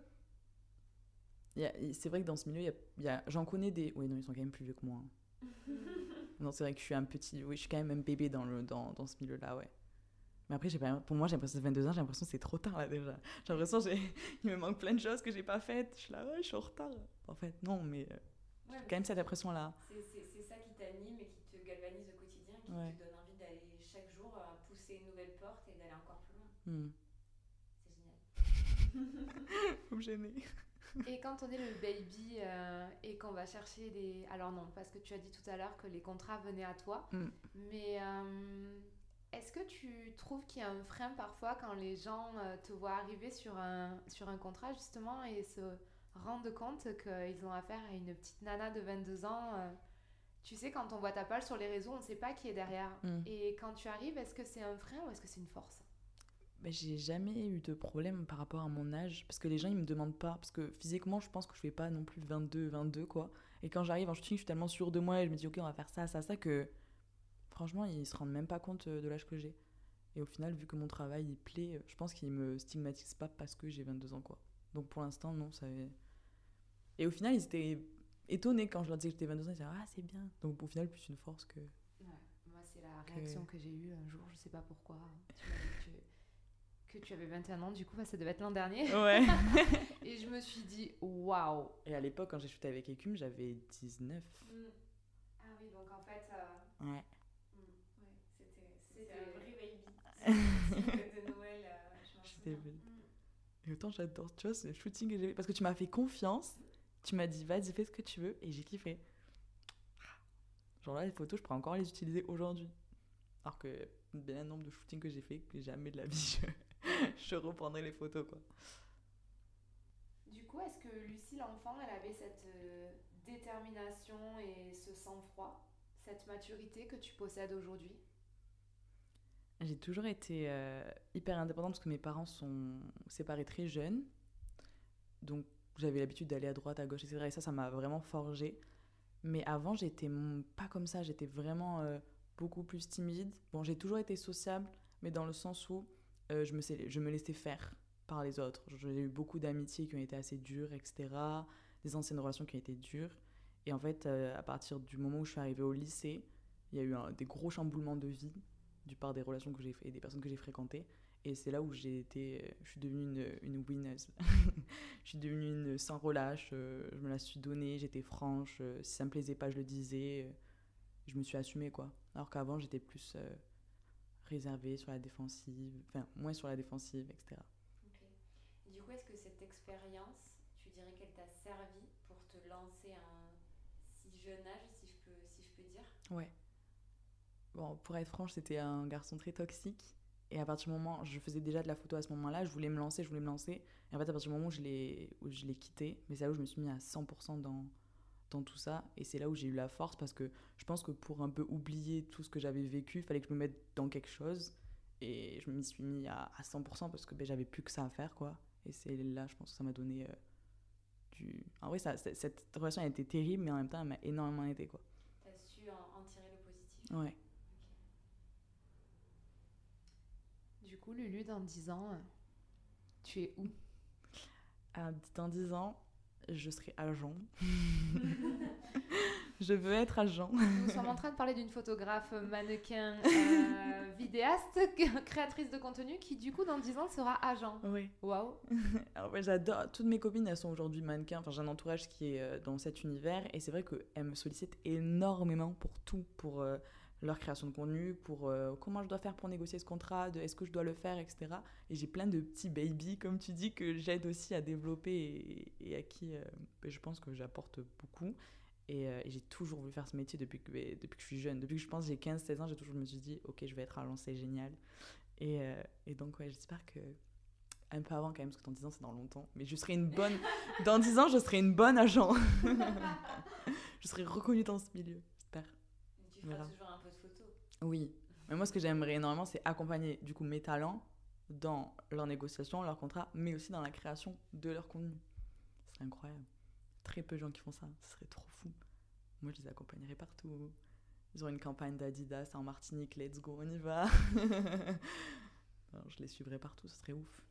C'est vrai que dans ce milieu, j'en connais des... Oui, non, ils sont quand même plus vieux que moi. Non, c'est vrai que je suis un petit... Oui, je suis quand même un bébé dans ce milieu-là, ouais. Mais après, pour moi, j'ai l'impression que 22 ans, j'ai l'impression que c'est trop tard, là, déjà. J'ai l'impression il me manque plein de choses que j'ai pas faites. Je suis là, ouais, je suis en retard. En fait, non, mais j'ai quand même cette impression-là. C'est ça qui t'anime et qui te galvanise au quotidien, qui Ouais. te donne envie d'aller chaque jour pousser une nouvelle porte et d'aller encore plus loin. C'est génial. Faut me gêner. Et quand on est le baby et qu'on va chercher des... Alors non, parce que tu as dit tout à l'heure que les contrats venaient à toi, mais est-ce que tu trouves qu'il y a un frein parfois quand les gens te voient arriver sur un contrat justement et se rendent compte qu'ils ont affaire à une petite nana de 22 ans tu sais, quand on voit ta page sur les réseaux, on ne sait pas qui est derrière. Et quand tu arrives, est-ce que c'est un frein ou est-ce que c'est une force ? J'ai jamais eu de problème par rapport à mon âge, parce que les gens ils me demandent pas, parce que physiquement je pense que je fais pas non plus 22 quoi, et quand j'arrive en shooting je suis tellement sûre de moi et je me dis ok on va faire ça que franchement ils se rendent même pas compte de l'âge que j'ai, et au final vu que mon travail il plaît, je pense qu'ils me stigmatisent pas parce que j'ai 22 ans quoi, donc pour l'instant non ça... Et au final ils étaient étonnés quand je leur disais que j'étais 22 ans, ils disaient ah c'est bien, donc au final plus une force que... Ouais, moi c'est la réaction que j'ai eue un jour, je sais pas pourquoi, tu m'as dit que tu avais 21 ans, du coup, ça devait être l'an dernier. Ouais. Et je me suis dit, waouh. Et à l'époque, quand j'ai shooté avec Écume, j'avais 19. Ah oui, donc en fait... Ouais. C'était un vrai baby. De Noël, je m'en souviens. Et autant j'adore, tu vois, ce shooting que j'ai fait. Parce que tu m'as fait confiance, tu m'as dit, vas-y, fais ce que tu veux, et j'ai kiffé. Genre là, les photos, je pourrais encore les utiliser aujourd'hui. Alors que bien un nombre de shootings que j'ai fait, que jamais de la vie, je reprendrai les photos, quoi. Du coup, est-ce que Lucie, l'enfant, elle avait cette détermination et ce sang-froid, cette maturité que tu possèdes aujourd'hui ? J'ai toujours été hyper indépendante parce que mes parents sont séparés très jeunes. Donc j'avais l'habitude d'aller à droite, à gauche, etc. Et ça m'a vraiment forgée. Mais avant, j'étais pas comme ça. J'étais vraiment beaucoup plus timide. Bon, j'ai toujours été sociable, mais dans le sens où je me laissais faire par les autres. J'ai eu beaucoup d'amitiés qui ont été assez dures, etc. Des anciennes relations qui ont été dures. Et en fait, à partir du moment où je suis arrivée au lycée, il y a eu des gros chamboulements de vie du part des relations que j'ai fait et des personnes que j'ai fréquentées. Et c'est là où je suis devenue une winneuse. Je suis devenue une sans relâche, je me la suis donnée, j'étais franche, si ça me plaisait pas, je le disais, je me suis assumée, quoi. Alors qu'avant, j'étais plus réservée sur la défensive, enfin, moins sur la défensive, etc. Ok. Et du coup, est-ce que cette expérience, tu dirais qu'elle t'a servi pour te lancer à un si jeune âge, si je peux dire ? Ouais. Bon, pour être franche, c'était un garçon très toxique. Et à partir du moment, je faisais déjà de la photo à ce moment-là, je voulais me lancer. Et en fait, à partir du moment où je l'ai quitté, mais c'est là où je me suis mis à 100% dans tout ça. Et c'est là où j'ai eu la force, parce que je pense que pour un peu oublier tout ce que j'avais vécu, il fallait que je me mette dans quelque chose. Et je m'y suis mis à 100% parce que j'avais plus que ça à faire, quoi. Et c'est là, je pense que ça m'a donné En vrai, cette relation a été terrible, mais en même temps, elle m'a énormément aidée, quoi. T'as su en tirer le positif. Ouais. Du coup, Lulu, dans 10 ans, tu es où ? Dans 10 ans, je serai agent. Je veux être agent. Nous sommes en train de parler d'une photographe mannequin vidéaste, créatrice de contenu, qui du coup dans 10 ans sera agent. Oui. Waouh. Alors ouais, j'adore. Toutes mes copines, elles sont aujourd'hui mannequins. Enfin, j'ai un entourage qui est dans cet univers. Et c'est vrai qu'elles me sollicitent énormément pour tout. Pour leur création de contenu, pour comment je dois faire pour négocier ce contrat, est-ce que je dois le faire, etc. Et j'ai plein de petits babies, comme tu dis, que j'aide aussi à développer et à qui je pense que j'apporte beaucoup. Et j'ai toujours voulu faire ce métier depuis que je suis jeune. Depuis que je pense que j'ai 15-16 ans, je me suis dit, ok, je vais être agent, c'est génial. Et donc, ouais, j'espère que un peu avant quand même, parce que dans 10 ans, c'est dans longtemps. Mais je serai une bonne... Dans 10 ans, je serai une bonne agent. Je serai reconnue dans ce milieu, j'espère. Tu feras toujours un peu de photos. Oui. Mais moi, ce que j'aimerais énormément, c'est accompagner du coup mes talents dans leur négociation, leur contrat, mais aussi dans la création de leur contenu. Ce serait incroyable. Très peu de gens qui font ça. Ce serait trop fou. Moi, je les accompagnerais partout. Ils ont une campagne d'Adidas en Martinique. Let's go, on y va. Alors, je les suivrais partout. Ce serait ouf.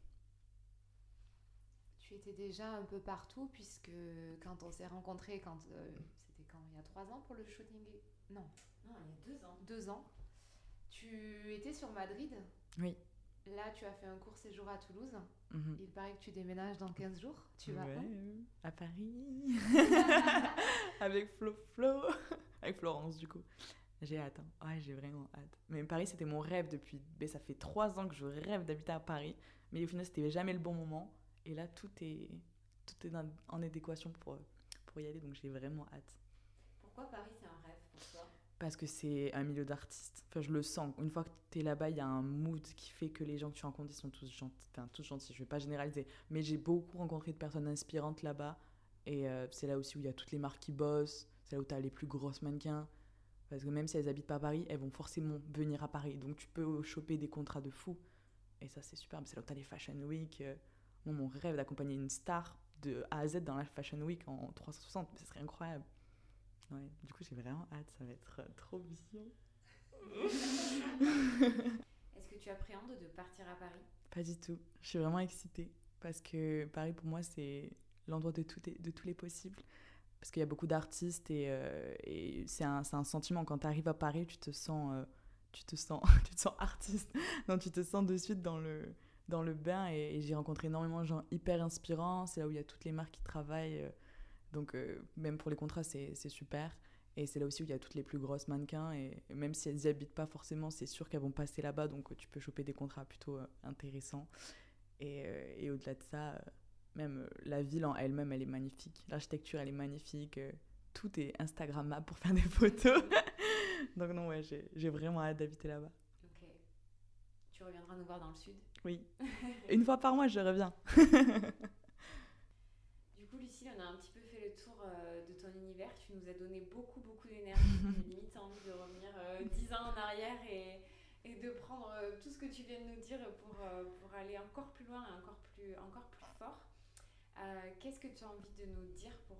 Tu étais déjà un peu partout, puisque quand on s'est rencontrés, c'était quand il y a 3 ans pour le shooting. Non, il y a 2 ans. 2 ans. Tu étais sur Madrid. Oui. Là, tu as fait un court séjour à Toulouse. Mm-hmm. Il paraît que tu déménages dans 15 jours. Tu vas où ? À Paris. Avec Flo. Avec Florence, du coup. J'ai hâte. Hein. Ouais, j'ai vraiment hâte. Mais Paris, c'était mon rêve depuis... Mais ça fait 3 ans que je rêve d'habiter à Paris. Mais au final, c'était jamais le bon moment. Et là, tout est en adéquation pour y aller. Donc, j'ai vraiment hâte. Pourquoi Paris, c'est un rêve pour toi ? Parce que c'est un milieu d'artistes. Enfin, je le sens. Une fois que tu es là-bas, il y a un mood qui fait que les gens que tu rencontres, ils sont tous gentils. Enfin, tous gentils, je vais pas généraliser. Mais j'ai beaucoup rencontré de personnes inspirantes là-bas. Et c'est là aussi où il y a toutes les marques qui bossent. C'est là où tu as les plus grosses mannequins. Parce que même si elles habitent pas à Paris, elles vont forcément venir à Paris. Donc tu peux choper des contrats de fou. Et ça, c'est super. C'est là où tu as les Fashion Week. Moi, mon rêve d'accompagner une star de A à Z dans la Fashion Week en 360, ce serait incroyable. Ouais, du coup, j'ai vraiment hâte. Ça va être trop bien. Est-ce que tu appréhendes de partir à Paris ? Pas du tout. Je suis vraiment excitée. Parce que Paris, pour moi, c'est l'endroit de tous les possibles. Parce qu'il y a beaucoup d'artistes et c'est un sentiment. Quand tu arrives à Paris, tu te sens artiste. Non, tu te sens de suite dans le bain. Et j'ai rencontré énormément de gens hyper inspirants. C'est là où il y a toutes les marques qui travaillent. Donc, même pour les contrats, c'est super. Et c'est là aussi où il y a toutes les plus grosses mannequins. Et même si elles n'y habitent pas forcément, c'est sûr qu'elles vont passer là-bas. Donc, tu peux choper des contrats plutôt intéressants. Et au-delà de ça... Même la ville en elle-même, elle est magnifique. L'architecture, elle est magnifique. Tout est Instagrammable pour faire des photos. Donc non, ouais, j'ai vraiment hâte d'habiter là-bas. Ok. Tu reviendras nous voir dans le sud ? Oui. Une fois par mois, je reviens. Du coup, Lucille, on a un petit peu fait le tour de ton univers. Tu nous as donné beaucoup d'énergie. Limite, t'as envie de revenir 10 ans en arrière et de prendre tout ce que tu viens de nous dire pour aller encore plus loin et encore plus fort. Qu'est-ce que tu as envie de nous dire pour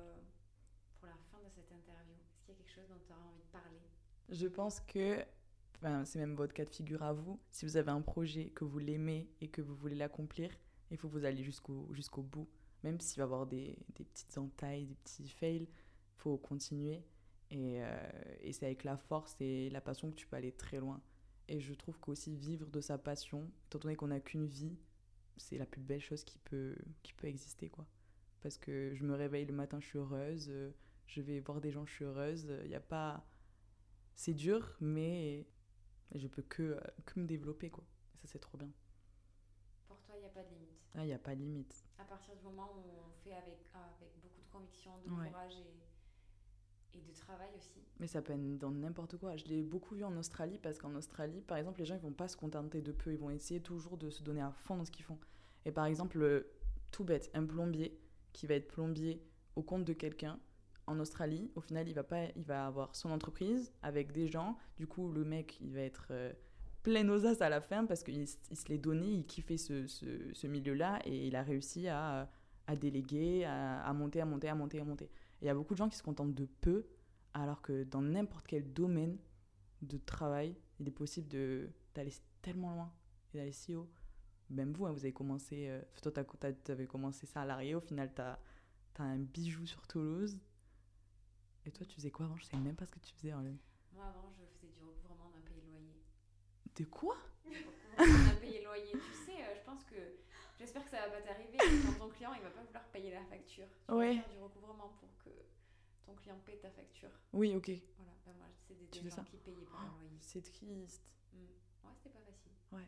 la fin de cette interview ? Est-ce qu'il y a quelque chose dont tu auras envie de parler ? Je pense que, c'est même votre cas de figure à vous, si vous avez un projet, que vous l'aimez et que vous voulez l'accomplir, il faut que vous alliez jusqu'au bout. Même s'il va y avoir des petites entailles, des petits fails, il faut continuer. Et c'est avec la force et la passion que tu peux aller très loin. Et je trouve qu'aussi vivre de sa passion, étant donné qu'on n'a qu'une vie, c'est la plus belle chose qui peut exister, quoi. Parce que je me réveille le matin, je suis heureuse, je vais voir des gens, je suis heureuse. Y a pas... C'est dur, mais je peux que me développer, quoi. Et ça, c'est trop bien. Pour toi, il n'y a pas de limite. Ah, il n'y a pas de limite. À partir du moment où on fait avec beaucoup de conviction, de courage et de travail aussi. Mais ça peut être dans n'importe quoi. Je l'ai beaucoup vu en Australie, parce qu'en Australie, par exemple, les gens ils vont pas se contenter de peu, ils vont essayer toujours de se donner à fond dans ce qu'ils font. Et par exemple, tout bête, un plombier qui va être plombier au compte de quelqu'un, en Australie, au final, il va avoir son entreprise avec des gens. Du coup, le mec, il va être plein aux as à la fin parce qu'il se l'est donné, il kiffait ce milieu-là et il a réussi à déléguer, à monter. Et il y a beaucoup de gens qui se contentent de peu, alors que dans n'importe quel domaine de travail, il est possible d'aller tellement loin et d'aller si haut. Même vous, hein, vous avez commencé... toi, t'avais commencé salarié, au final, t'as un bijou sur Toulouse. Et toi, tu faisais quoi avant ? Je ne savais même pas ce que tu faisais en ligne. Moi, avant, je faisais du recouvrement d'impayés loyer. De quoi ? Recouvrement d'impayés loyer. Tu sais, je pense que... J'espère que ça ne va pas t'arriver. Quand ton client, il ne va pas vouloir payer la facture. Tu vas faire du recouvrement pour que ton client paye ta facture. Oui, ok. Voilà, moi, c'est des gens qui payaient pas leur loyer. C'est triste. Ouais, c'était pas facile. Ouais.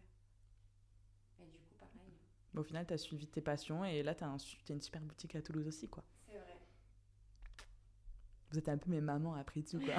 Et du coup, pareil. Au final, tu as suivi tes passions et là, tu as une super boutique à Toulouse aussi, quoi. C'est vrai. Vous êtes un peu mes mamans après tout, quoi.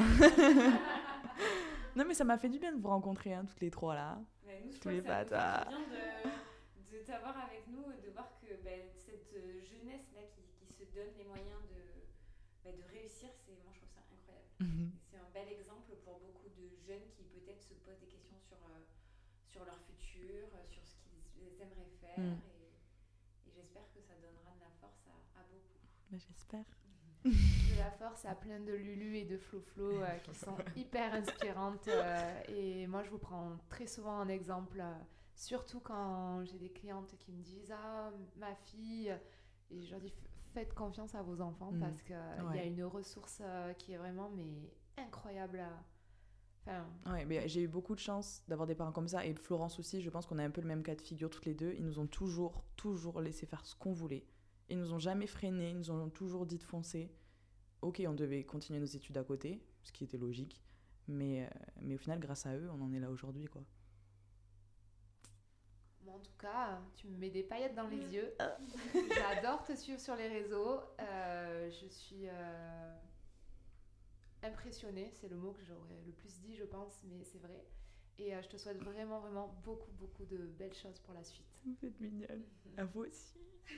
Non, mais ça m'a fait du bien de vous rencontrer, hein, toutes les trois, là. Mais nous, je tous les crois que ça patas. nous fait du bien de t'avoir avec nous, de voir que cette jeunesse-là qui se donne les moyens de réussir, moi je trouve ça incroyable. C'est un bel exemple pour beaucoup de jeunes qui peut-être se posent des questions sur leur futur, sur ce qu'ils aimeraient faire. Et j'espère que ça donnera de la force à beaucoup. J'espère. De la force à plein de Lulu et de Flo qui sont hyper inspirantes. Et moi, je vous prends très souvent en exemple, surtout quand j'ai des clientes qui me disent « Ah, ma fille », et je leur dis « Faites confiance à vos enfants parce qu'il y a une ressource qui est vraiment incroyable à... » Ouais, mais j'ai eu beaucoup de chance d'avoir des parents comme ça, et Florence aussi, je pense qu'on a un peu le même cas de figure toutes les deux. Ils nous ont toujours laissé faire ce qu'on voulait. Ils nous ont jamais freinés, ils nous ont toujours dit de foncer. Ok, on devait continuer nos études à côté, ce qui était logique, mais au final, grâce à eux, on en est là aujourd'hui, quoi. Bon, en tout cas, tu me mets des paillettes dans les yeux. J'adore te suivre sur les réseaux. Je suis... impressionnée, c'est le mot que j'aurais le plus dit, je pense, mais c'est vrai. Et je te souhaite vraiment, vraiment beaucoup, beaucoup de belles choses pour la suite. Vous êtes mignonne. À vous aussi.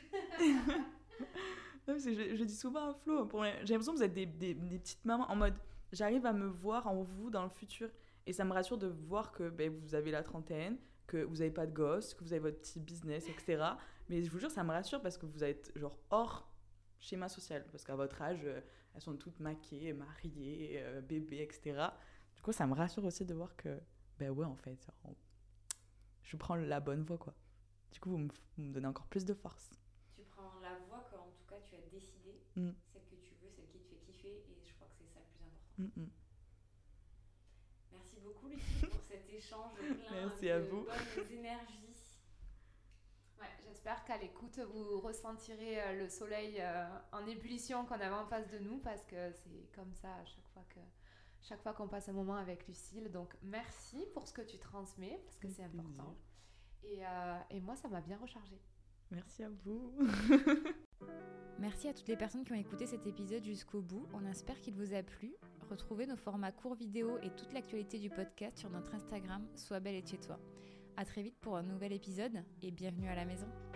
Non, parce que je dis souvent à Flo, j'ai l'impression que vous êtes des petites mamans en mode, j'arrive à me voir en vous dans le futur. Et ça me rassure de voir que vous avez la trentaine, que vous n'avez pas de gosse, que vous avez votre petit business, etc. Mais je vous jure, ça me rassure parce que vous êtes genre hors schéma social. Parce qu'à votre âge... elles sont toutes maquillées, mariées, bébés, etc. Du coup, ça me rassure aussi de voir que, ouais, en fait, je prends la bonne voie, quoi. Du coup, vous me donnez encore plus de force. Tu prends la voie qu'en tout cas, tu as décidé, celle que tu veux, celle qui te fait kiffer, et je crois que c'est ça le plus important. Merci beaucoup, Lucie, pour cet échange plein de bonnes énergies. Ouais, j'espère qu'à l'écoute, vous ressentirez le soleil en ébullition qu'on avait en face de nous, parce que c'est comme ça à chaque fois qu'on passe un moment avec Lucille. Donc, merci pour ce que tu transmets, parce que c'est important. Et moi, ça m'a bien rechargée. Merci à vous. Merci à toutes les personnes qui ont écouté cet épisode jusqu'au bout. On espère qu'il vous a plu. Retrouvez nos formats courts vidéo et toute l'actualité du podcast sur notre Instagram, Sois belle et chez toi. À très vite pour un nouvel épisode et bienvenue à la maison.